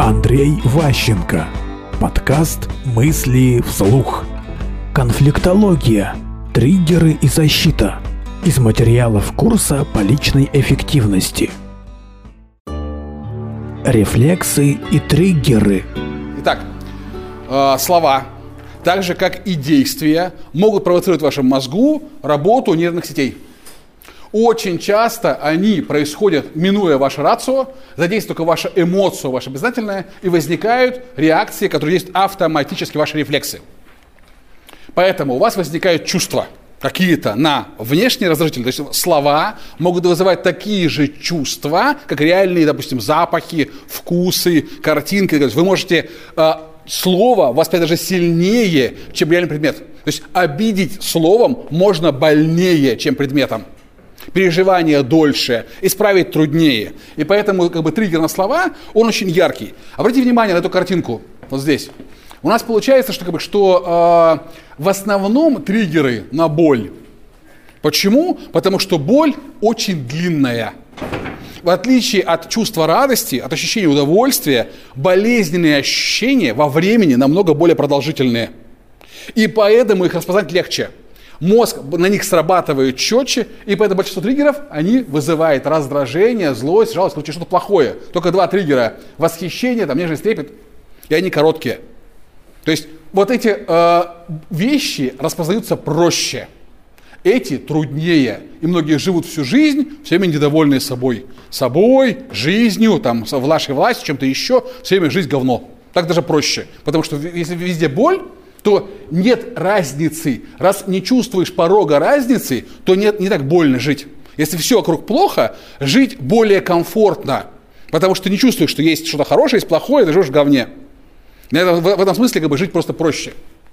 Андрей Ващенко. Подкаст «Мысли вслух». Конфликтология. Триггеры и защита. Из материалов курса по личной эффективности. Рефлексы и триггеры. Итак, слова, так же как и действия, могут провоцировать в вашем мозгу работу нервных сетей. Очень часто они происходят, минуя ваше рацио, задействуя только вашу эмоцию, ваше бессознательное, и возникают реакции, которые действуют автоматически, ваши рефлексы. Поэтому у вас возникают чувства какие-то на внешние раздражители. То есть слова могут вызывать такие же чувства, как реальные, допустим, запахи, вкусы, картинки. Вы можете слово воспринять даже сильнее, чем реальный предмет. То есть обидеть словом можно больнее, чем предметом. Переживание дольше, исправить труднее. И поэтому триггер на слова, он очень яркий. Обратите внимание на эту картинку, вот здесь. У нас получается, что в основном триггеры на боль. Почему? Потому что боль очень длинная. В отличие от чувства радости, от ощущения удовольствия, болезненные ощущения во времени намного более продолжительные. И поэтому их распознать легче. Мозг на них срабатывает четче, и поэтому большинство триггеров, они вызывают раздражение, злость, жалость, в случае что-то плохое. Только два триггера – восхищение, нежность, трепет, и они короткие. То есть вот эти вещи распознаются проще, эти труднее. И многие живут всю жизнь, все время недовольные собой. Собой, жизнью, вашей властью, чем-то еще, все время жизнь говно. Так даже проще, потому что если везде боль, то нет разницы. Раз не чувствуешь порога разницы, то не так больно жить. Если все вокруг плохо, жить более комфортно. Потому что ты не чувствуешь, что есть что-то хорошее, есть плохое, ты живешь в говне. В этом смысле жить просто проще.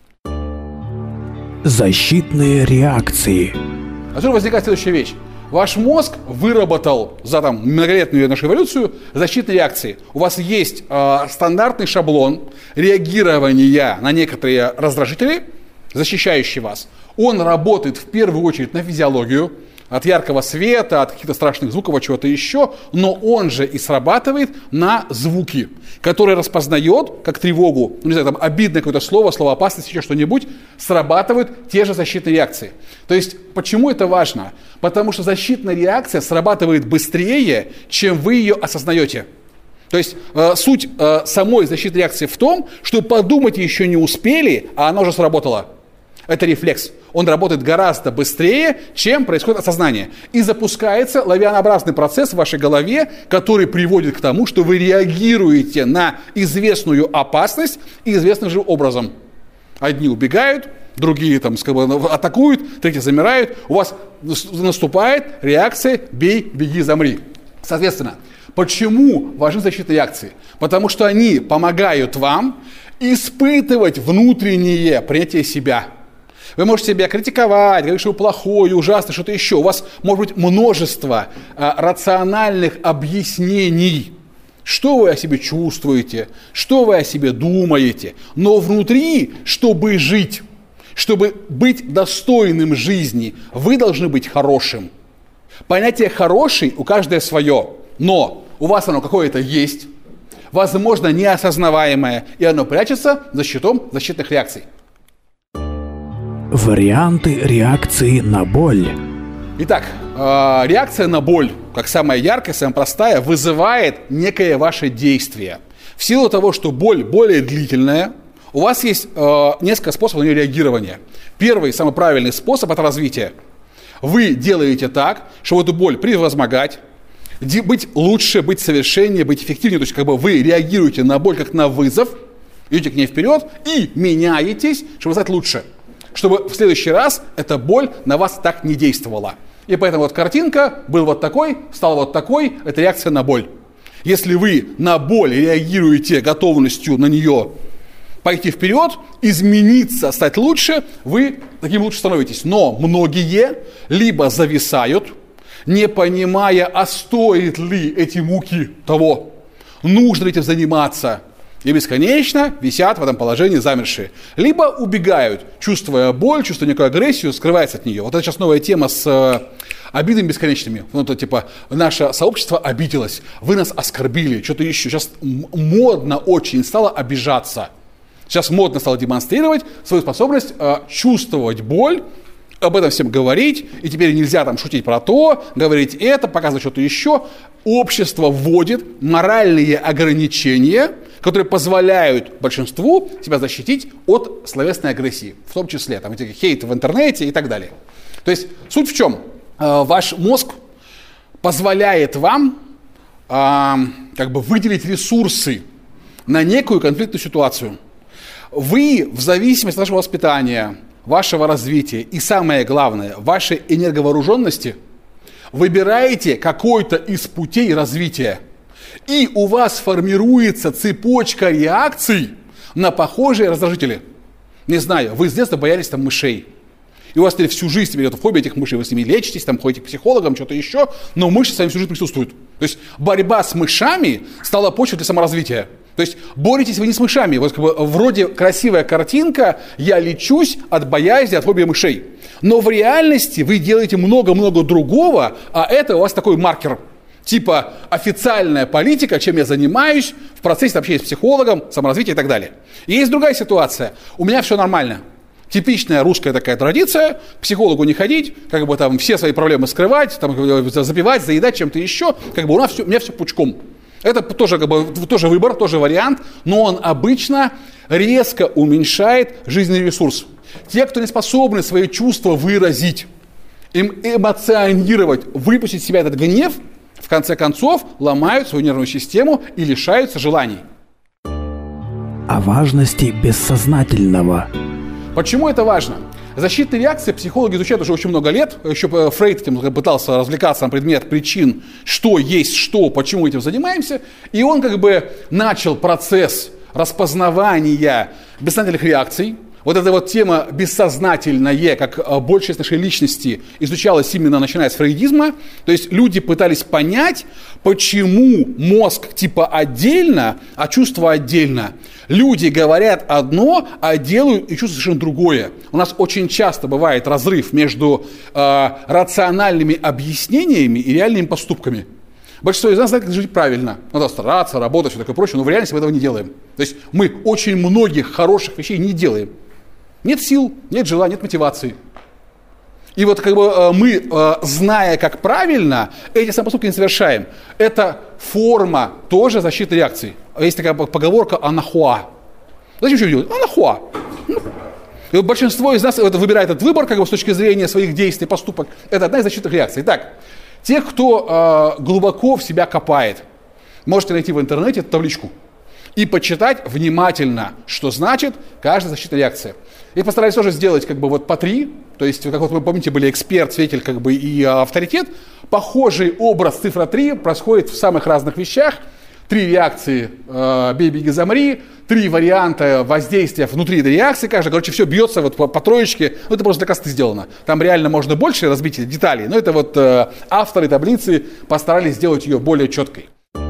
Защитные реакции. Отсюда возникает следующая вещь. Ваш мозг выработал за многолетнюю нашу эволюцию защитные реакции. У вас есть стандартный шаблон реагирования на некоторые раздражители, защищающий вас. Он работает в первую очередь на физиологию, от яркого света, от каких-то страшных звуков, от чего-то еще, но он же и срабатывает на звуки, которые распознает как тревогу, обидное какое-то слово опасности, еще что-нибудь, срабатывают те же защитные реакции. То есть, почему это важно? Потому что защитная реакция срабатывает быстрее, чем вы ее осознаете. То есть, суть самой защитной реакции в том, что подумать еще не успели, а она уже сработала. Это рефлекс. Он работает гораздо быстрее, чем происходит осознание. И запускается лавинообразный процесс в вашей голове, который приводит к тому, что вы реагируете на известную опасность известным же образом. Одни убегают, другие атакуют, третьи замирают. У вас наступает реакция «бей, беги, замри». Соответственно, почему важны защитные реакции? Потому что они помогают вам испытывать внутреннее принятие себя. Вы можете себя критиковать, говорить, что вы плохой, ужасный, что-то еще. У вас может быть множество рациональных объяснений, что вы о себе чувствуете, что вы о себе думаете. Но внутри, чтобы жить, чтобы быть достойным жизни, вы должны быть хорошим. Понятие «хороший» у каждого свое, но у вас оно какое-то есть, возможно, неосознаваемое, и оно прячется за щитом защитных реакций. Варианты реакции на боль. Итак, реакция на боль, как самая яркая, самая простая, вызывает некое ваше действие. В силу того, что боль более длительная, у вас есть несколько способов на нее реагирования. Первый, самый правильный способ – это развитие. Вы делаете так, чтобы эту боль превозмогать, быть лучше, быть совершеннее, быть эффективнее. То есть вы реагируете на боль как на вызов, идете к ней вперед и меняетесь, чтобы стать лучше. Чтобы в следующий раз эта боль на вас так не действовала. И поэтому картинка, был вот такой, стал вот такой, это реакция на боль. Если вы на боль реагируете готовностью на нее пойти вперед, измениться, стать лучше, вы таким лучше становитесь. Но многие либо зависают, не понимая, а стоит ли эти муки того, нужно ли этим заниматься, и бесконечно висят в этом положении замершие. Либо убегают, чувствуя боль, чувствуя некую агрессию, скрываются от нее. Вот это сейчас новая тема с обидами бесконечными. Ну, то типа, наше сообщество обиделось, вы нас оскорбили, что-то еще. Сейчас модно очень стало обижаться. Сейчас модно стало демонстрировать свою способность чувствовать боль, об этом всем говорить, и теперь нельзя там шутить про то, говорить это, показывать что-то еще. Общество вводит моральные ограничения, которые позволяют большинству себя защитить от словесной агрессии, в том числе там, хейт в интернете и так далее. То есть суть в чем? Ваш мозг позволяет вам как бы выделить ресурсы на некую конфликтную ситуацию. Вы в зависимости от вашего воспитания, вашего развития и, самое главное, вашей энерговооруженности выбираете какой-то из путей развития. И у вас формируется цепочка реакций на похожие раздражители. Не знаю, вы с детства боялись там мышей. И у вас теперь всю жизнь идет фобия этих мышей, вы с ними лечитесь, там ходите к психологам, что-то еще, но мыши с вами всю жизнь присутствуют. То есть борьба с мышами стала почвой для саморазвития. То есть боретесь вы не с мышами. Вот как бы вроде красивая картинка, я лечусь от боязни, от фобии мышей. Но в реальности вы делаете много-много другого, а это у вас такой маркер. Типа официальная политика, чем я занимаюсь в процессе общения с психологом, саморазвития и так далее. И есть другая ситуация. У меня все нормально. Типичная русская такая традиция, к психологу не ходить, как бы там все свои проблемы скрывать, там, запивать, заедать чем-то еще. Как бы у меня все пучком. Это тоже, как бы, тоже выбор, тоже вариант, но он обычно резко уменьшает жизненный ресурс. Те, кто не способны свои чувства выразить, им эмоционировать, выпустить из себя этот гнев, в конце концов ломают свою нервную систему и лишаются желаний. О важности бессознательного. Почему это важно? Защитные реакции психологи изучают уже очень много лет. Еще Фрейд этим пытался развлекаться на предмет причин, что есть что, почему этим занимаемся. И он как бы начал процесс распознавания бессознательных реакций. Вот эта вот тема бессознательное, как большая часть нашей личности, изучалась именно начиная с фрейдизма. То есть люди пытались понять, почему мозг типа отдельно, а чувства отдельно. Люди говорят одно, а делают и чувствуют совершенно другое. У нас очень часто бывает разрыв между рациональными объяснениями и реальными поступками. Большинство из нас знает, как жить правильно. Надо стараться, работать, все такое прочее, но в реальности мы этого не делаем. То есть мы очень многих хороших вещей не делаем. Нет сил, нет желания, нет мотивации. И вот как бы мы, зная, как правильно, эти самые поступки не совершаем. Это форма тоже защитной реакции. Есть такая поговорка «анахуа». Зачем что делать? «Анахуа». И вот большинство из нас выбирает этот выбор как бы, с точки зрения своих действий, поступок. Это одна из защитных реакций. Итак, тех, кто глубоко в себя копает, можете найти в интернете эту табличку и почитать внимательно, что значит каждая защитная реакция. И постарались тоже сделать как бы вот по 3, то есть, как вот вы помните, были эксперт, свидетель как бы и авторитет. Похожий образ цифра 3 происходит в самых разных вещах. 3 реакции «бей, беги, замри», 3 варианта воздействия внутри этой реакции, каждый, короче, все бьется вот по троечке, ну это просто для красоты сделано. Там реально можно больше разбить деталей, но это вот авторы таблицы постарались сделать ее более четкой.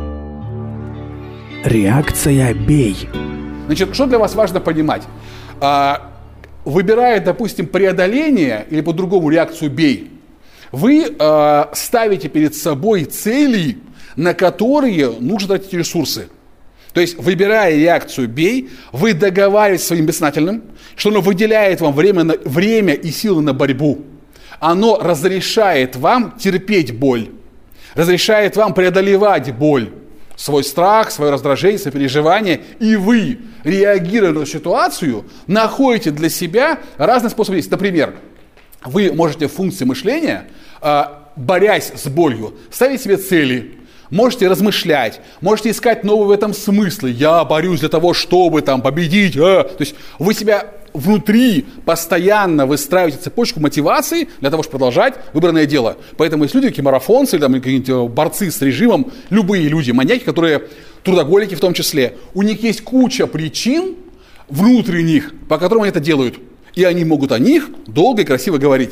Реакция «бей». Значит, что для вас важно понимать? Выбирая, допустим, преодоление или по-другому реакцию «бей», вы ставите перед собой цели, на которые нужно тратить ресурсы. То есть, выбирая реакцию «бей», вы договариваетесь с своим бессознательным, что оно выделяет вам время и силы на борьбу. Оно разрешает вам терпеть боль, разрешает вам преодолевать боль, свой страх, свое раздражение, свои переживания, и вы, реагируя на ситуацию, находите для себя разные способы действия. Например, вы можете в функции мышления, борясь с болью, ставить себе цели, можете размышлять, можете искать новые в этом смыслы. Я борюсь для того, чтобы там победить. То есть вы себя внутри постоянно выстраиваете цепочку мотивации для того, чтобы продолжать выбранное дело. Поэтому есть люди, какие марафонцы, или какие-нибудь борцы с режимом, любые люди, маньяки, которые трудоголики в том числе. У них есть куча причин внутренних, по которым они это делают. И они могут о них долго и красиво говорить.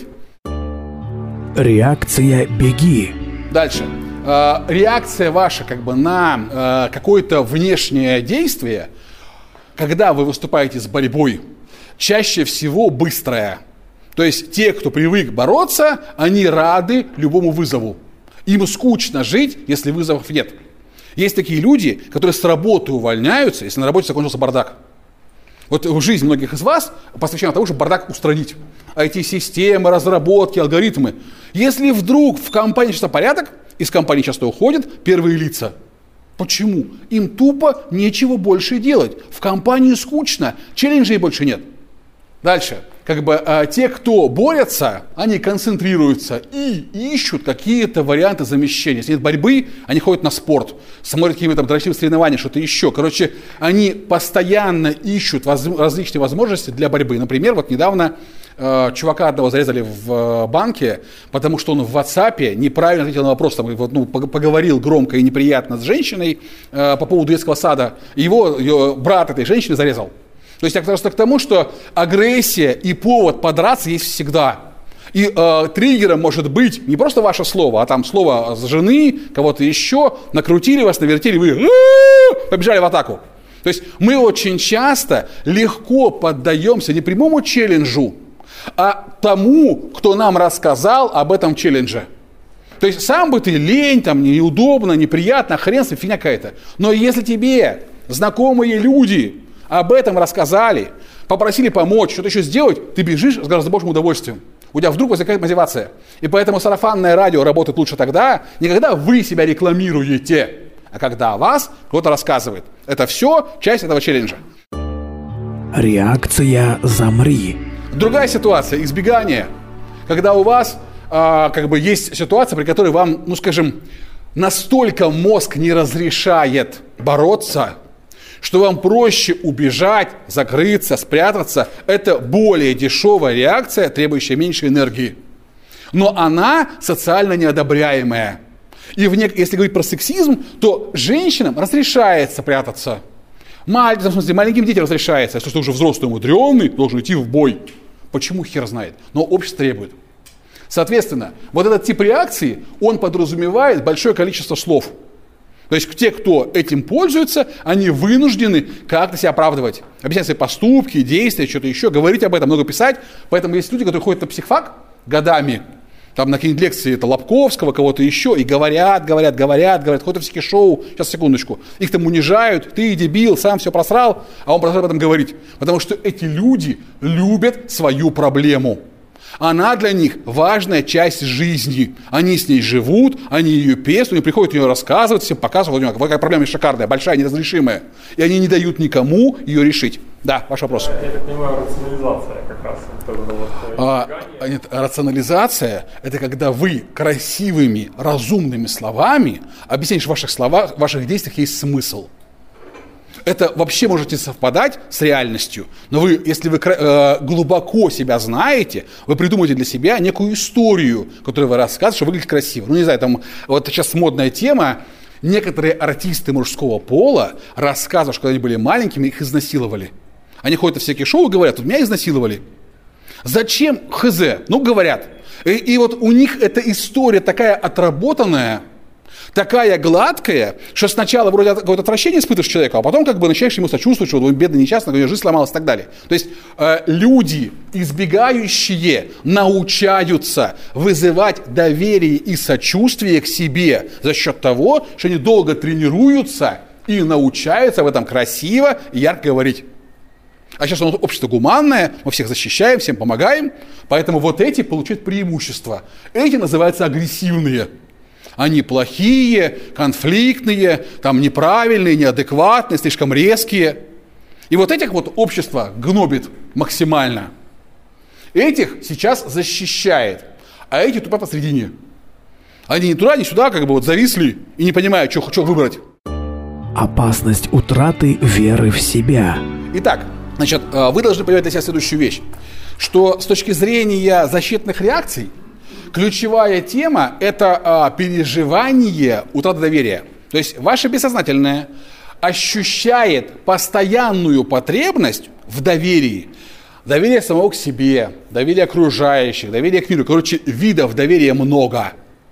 Реакция «беги». Дальше. Реакция ваша как бы на какое-то внешнее действие, когда вы выступаете с борьбой, чаще всего быстрая. То есть те, кто привык бороться, они рады любому вызову. Им скучно жить, если вызовов нет. Есть такие люди, которые с работы увольняются, если на работе закончился бардак. Вот в жизни многих из вас посвящена тому, чтобы бардак устранить. IT-системы, разработки, алгоритмы. Если вдруг в компании часто порядок, из компании часто уходят первые лица. Почему? Им тупо нечего больше делать. В компании скучно, челленджей больше нет. Дальше. Те, кто борются, они концентрируются и ищут какие-то варианты замещения. Если нет борьбы, они ходят на спорт, смотрят какие-то дрочливые соревнования, что-то еще. Короче, они постоянно ищут различные возможности для борьбы. Например, вот недавно чувака одного зарезали в банке, потому что он в WhatsApp неправильно ответил на вопрос, поговорил громко и неприятно с женщиной по поводу детского сада, и его брат этой женщины зарезал. То есть я просто к тому, что агрессия и повод подраться есть всегда. И триггером может быть не просто ваше слово, а там слово жены, кого-то еще, накрутили вас, навертели, вы побежали в атаку. То есть мы очень часто легко поддаемся не прямому челленджу, а тому, кто нам рассказал об этом челлендже. То есть сам бы ты лень, там, неудобно, неприятно, хрен с ним, фигня какая-то. Но если тебе знакомые люди об этом рассказали, попросили помочь, что-то еще сделать, ты бежишь с гораздо большим удовольствием. У тебя вдруг возникает мотивация. И поэтому сарафанное радио работает лучше тогда, не когда вы себя рекламируете, а когда о вас кто-то рассказывает. Это все часть этого челленджа. Реакция «замри». Другая ситуация, избегание. Когда у вас есть ситуация, при которой вам, настолько мозг не разрешает бороться, что вам проще убежать, закрыться, спрятаться. Это более дешевая реакция, требующая меньше энергии. Но она социально неодобряемая. И если говорить про сексизм, то женщинам разрешается прятаться. Маленьким детям разрешается. Если ты уже взрослый, мудренный, должен идти в бой. Почему, хер знает. Но общество требует. Соответственно, вот этот тип реакции, он подразумевает большое количество слов. То есть те, кто этим пользуются, они вынуждены как-то себя оправдывать. Объяснять свои поступки, действия, что-то еще, говорить об этом, много писать. Поэтому есть люди, которые ходят на психфак годами, там на какие-нибудь лекции это Лобковского, кого-то еще, и говорят, ходят в всякие шоу, сейчас, секундочку, их там унижают, ты дебил, сам все просрал, а он продолжает об этом говорить. Потому что эти люди любят свою проблему. Она для них важная часть жизни. Они с ней живут, они ее пестуют, они приходят ее рассказывать, всем показывают, какая проблема шикарная, большая, неразрешимая. И они не дают никому ее решить. Да, ваш вопрос. Я так понимаю, рационализация как раз. Нет, рационализация – это когда вы красивыми, разумными словами объясняете, что в ваших действиях есть смысл. Это вообще можете совпадать с реальностью, но если вы глубоко себя знаете, вы придумаете для себя некую историю, которую вы рассказываете, что выглядит красиво. Не знаю, вот сейчас модная тема, некоторые артисты мужского пола рассказывают, что когда они были маленькими, их изнасиловали. Они ходят на всякие шоу и говорят, меня изнасиловали. Зачем? Хз. Говорят. И вот у них эта история такая отработанная, такая гладкая, что сначала вроде какое-то отвращение испытываешь человека, а потом начинаешь ему сочувствовать, что он бедный, несчастный, у него жизнь сломалась и так далее. То есть люди, избегающие, научаются вызывать доверие и сочувствие к себе за счет того, что они долго тренируются и научаются об этом красиво и ярко говорить. А сейчас общество гуманное, мы всех защищаем, всем помогаем, поэтому вот эти получают преимущество. Эти называются агрессивные. Они плохие, конфликтные, неправильные, неадекватные, слишком резкие. И вот этих общество гнобит максимально. Этих сейчас защищает, а эти тупо посредине. Они ни туда, ни сюда зависли и не понимают, что выбрать. Опасность утраты веры в себя. Итак, вы должны понимать для себя следующую вещь, что с точки зрения защитных реакций, ключевая тема – это переживание утраты доверия. То есть ваше бессознательное ощущает постоянную потребность в доверии. Доверие самого к себе, доверие окружающих, доверие к миру. Видов доверия много.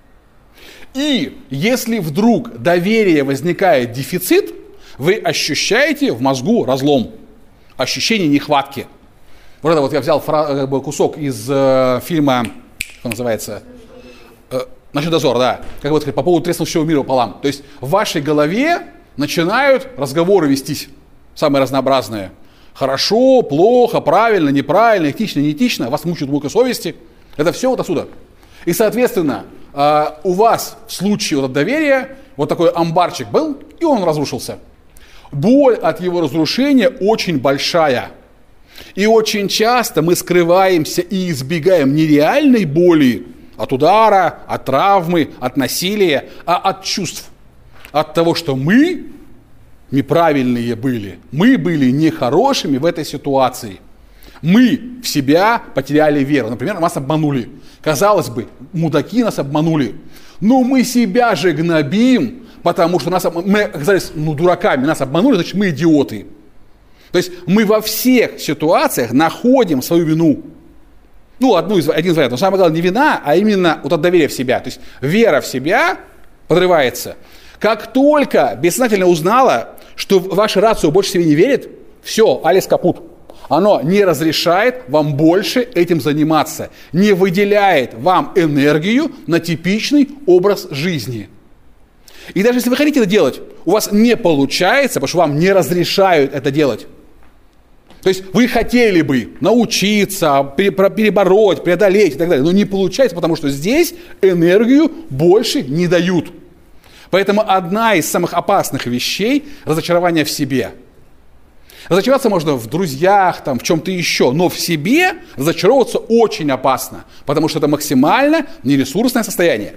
И если вдруг доверия возникает дефицит, вы ощущаете в мозгу разлом, ощущение нехватки. Вот это вот я взял кусок из фильма, как называется, «Ночной дозор», да, как бы сказать, по поводу треснувшего мира пополам. То есть в вашей голове начинают разговоры вестись, самые разнообразные. Хорошо, плохо, правильно, неправильно, этично, неэтично, вас мучают мука совести. Это все вот отсюда. И, соответственно, у вас в случае вот доверия вот такой амбарчик был, и он разрушился. Боль от его разрушения очень большая. И очень часто мы скрываемся и избегаем не реальной боли от удара, от травмы, от насилия, а от чувств. От того, что мы неправильные были. Мы были нехорошими в этой ситуации. Мы в себя потеряли веру. Например, нас обманули. Казалось бы, мудаки нас обманули. Но мы себя же гнобим, потому что мы оказались дураками. Нас обманули, значит, мы идиоты. То есть мы во всех ситуациях находим свою вину. Один из вариантов. Но самое главное не вина, а именно вот это доверие в себя. То есть вера в себя подрывается. Как только бессознательно узнала, что ваше рацио больше себе не верит, все, алис капут. Оно не разрешает вам больше этим заниматься, не выделяет вам энергию на типичный образ жизни. И даже если вы хотите это делать, у вас не получается, потому что вам не разрешают это делать. То есть вы хотели бы научиться, перебороть, преодолеть и так далее, но не получается, потому что здесь энергию больше не дают. Поэтому одна из самых опасных вещей – разочарование в себе. Разочароваться можно в друзьях, в чем-то еще, но в себе разочаровываться очень опасно, потому что это максимально нересурсное состояние.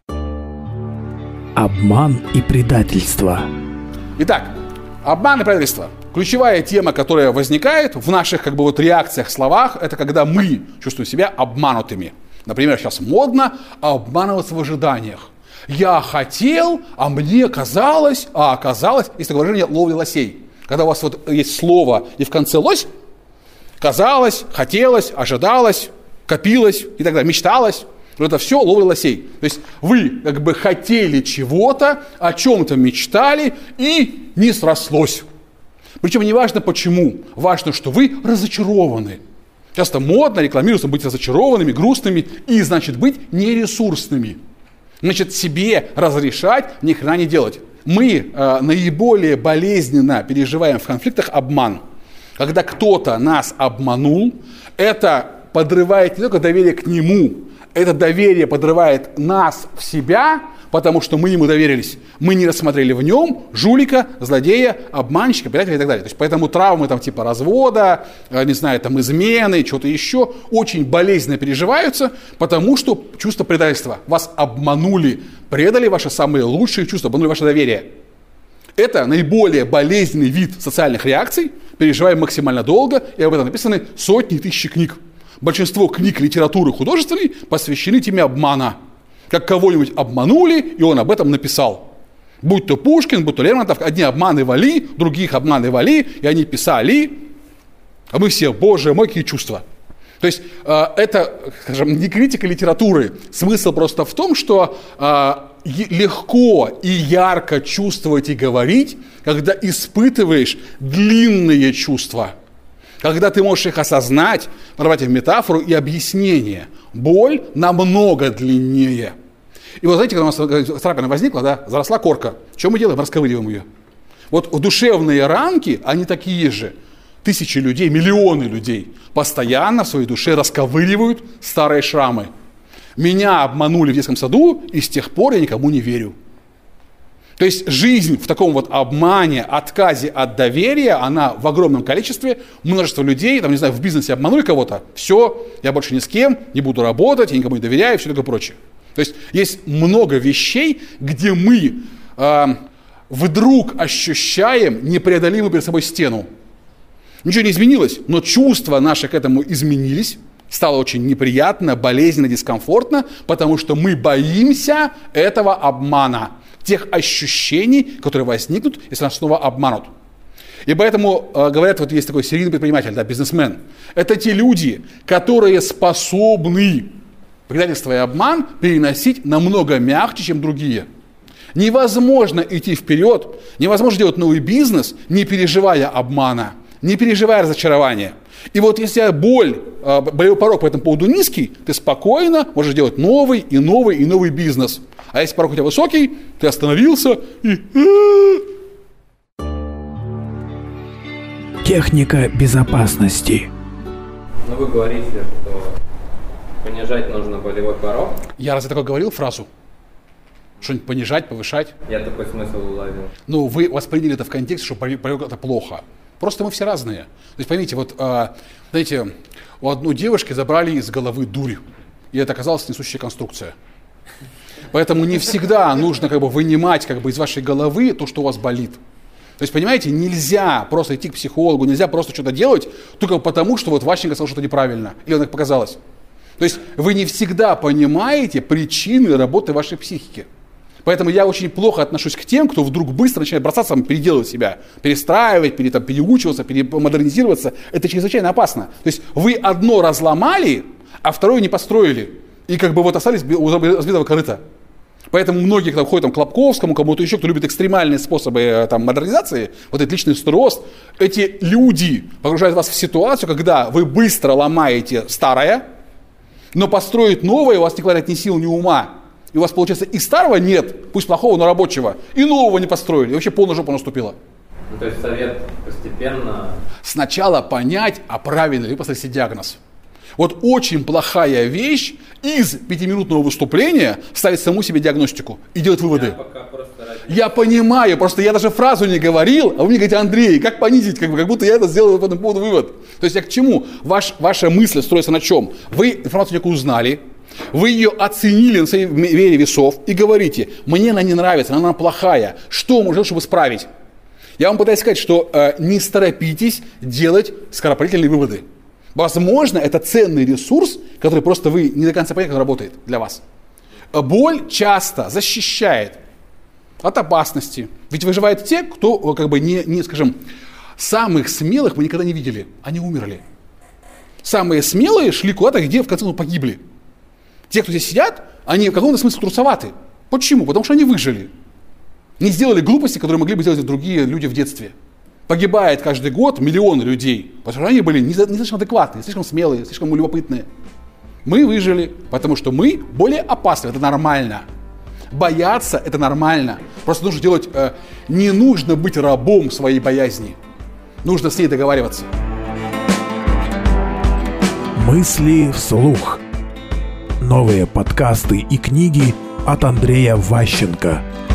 Обман и предательство. Итак, обман и предательство. Ключевая тема, которая возникает в наших реакциях, словах, это когда мы чувствуем себя обманутыми. Например, сейчас модно обманываться в ожиданиях. Я хотел, а мне казалось, а оказалось. Есть такое выражение ловли лосей. Когда у вас есть слово и в конце лось, казалось, хотелось, ожидалось, копилось и так далее, мечталось. Это все ловля лосей. То есть вы хотели чего-то, о чем-то мечтали и не срослось. Причем не важно почему, важно, что вы разочарованы. Часто модно рекламируется быть разочарованными, грустными и, значит, быть нересурсными. Значит, себе разрешать ни хрена не делать. Мы наиболее болезненно переживаем в конфликтах обман. Когда кто-то нас обманул, это подрывает не только доверие к нему, это доверие подрывает нас в себя, потому что мы ему доверились. Мы не рассмотрели в нем жулика, злодея, обманщика, предателя и так далее. То есть, поэтому травмы типа развода, измены, что-то еще очень болезненно переживаются, потому что чувство предательства. Вас обманули, предали ваши самые лучшие чувства, обманули ваше доверие. Это наиболее болезненный вид социальных реакций, переживаем максимально долго, и об этом написаны сотни тысяч книг. Большинство книг литературы художественной посвящены теме обмана. Как кого-нибудь обманули, и он об этом написал. Будь то Пушкин, будь то Лермонтов, одни обманывали, других обманывали, и они писали, а мы все, боже мой, какие чувства. То есть это, скажем, не критика литературы. Смысл просто в том, что легко и ярко чувствовать и говорить, когда испытываешь длинные чувства. Когда ты можешь их осознать, подавать в метафору и объяснение. Боль намного длиннее. И вот знаете, когда у нас царапина возникла, заросла корка. Что мы делаем? Расковыриваем ее. Вот душевные ранки, они такие же. Тысячи людей, миллионы людей постоянно в своей душе расковыривают старые шрамы. Меня обманули в детском саду, и с тех пор я никому не верю. То есть жизнь в таком обмане, отказе от доверия, она в огромном количестве, множество людей, в бизнесе обманули кого-то, все, я больше ни с кем не буду работать, я никому не доверяю, и все такое прочее. То есть есть много вещей, где мы вдруг ощущаем непреодолимую перед собой стену. Ничего не изменилось, но чувства наши к этому изменились, стало очень неприятно, болезненно, дискомфортно, потому что мы боимся этого обмана. Тех ощущений, которые возникнут, если нас снова обманут. И поэтому, говорят, есть такой серийный предприниматель, бизнесмен. Это те люди, которые способны предательство и обман переносить намного мягче, чем другие. Невозможно идти вперед, невозможно делать новый бизнес, не переживая обмана. не переживай разочарование. И вот если у тебя болевой порог по этому поводу низкий, ты спокойно можешь делать новый и новый и новый бизнес. А если порог у тебя высокий, ты остановился и... Техника безопасности. Ну, вы говорите, что понижать нужно болевой порог. Я разве такое говорил фразу? Что-нибудь понижать, повышать? Я такой смысл уловил. Ну, вы восприняли это в контексте, что порог это плохо. Просто мы все разные. То есть, поймите, вот, знаете, у одной девушки забрали из головы дурь, и это оказалась несущая конструкция. Поэтому не всегда нужно вынимать из вашей головы то, что у вас болит. То есть, понимаете, нельзя просто идти к психологу, нельзя просто что-то делать только потому, что вот Ващенко сказал что-то неправильно, или он так показалось. То есть, вы не всегда понимаете причины работы вашей психики. Поэтому я очень плохо отношусь к тем, кто вдруг быстро начинает бросаться, переделывать себя, перестраивать, переучиваться, модернизироваться. Это чрезвычайно опасно. То есть вы одно разломали, а второе не построили. И остались без разбитого корыта. Поэтому многие, кто ходят к Клопковскому, кому-то еще, кто любит экстремальные способы модернизации, вот этот личный рост, эти люди погружают вас в ситуацию, когда вы быстро ломаете старое, но построить новое у вас не хватает ни сил, ни ума. И у вас, получается, и старого нет, пусть плохого, но рабочего, и нового не построили, и вообще полная жопа наступила. Ну, то есть совет постепенно... Сначала понять, а правильно ли поставить себе диагноз. Вот очень плохая вещь из 5-минутного выступления ставить саму себе диагностику и делать выводы. Я понимаю, просто я даже фразу не говорил, а вы мне говорите: Андрей, как понизить, как будто я это сделал по этому поводу вывод. То есть я к чему? Ваша мысль строится на чем? Вы информацию некую узнали, вы ее оценили на своей мере весов и говорите: мне она не нравится, она плохая, что можно делать, чтобы исправить? Я вам пытаюсь сказать, что не торопитесь делать скоропалительные выводы. Возможно, это ценный ресурс, который просто вы не до конца понимаете, как он работает для вас. Боль часто защищает от опасности. Ведь выживают те, кто скажем, самых смелых мы никогда не видели. Они умерли. Самые смелые шли куда-то, где в конце концов погибли. Те, кто здесь сидят, они в каком-то смысле трусоваты. Почему? Потому что они выжили. Не сделали глупости, которые могли бы сделать другие люди в детстве. Погибает каждый год миллионы людей, потому что они были не слишком адекватные, слишком смелые, слишком любопытные. Мы выжили, потому что мы более опасны, это нормально. Бояться – это нормально. Просто нужно делать, не нужно быть рабом своей боязни. Нужно с ней договариваться. Мысли вслух. Новые подкасты и книги от Андрея Ващенко.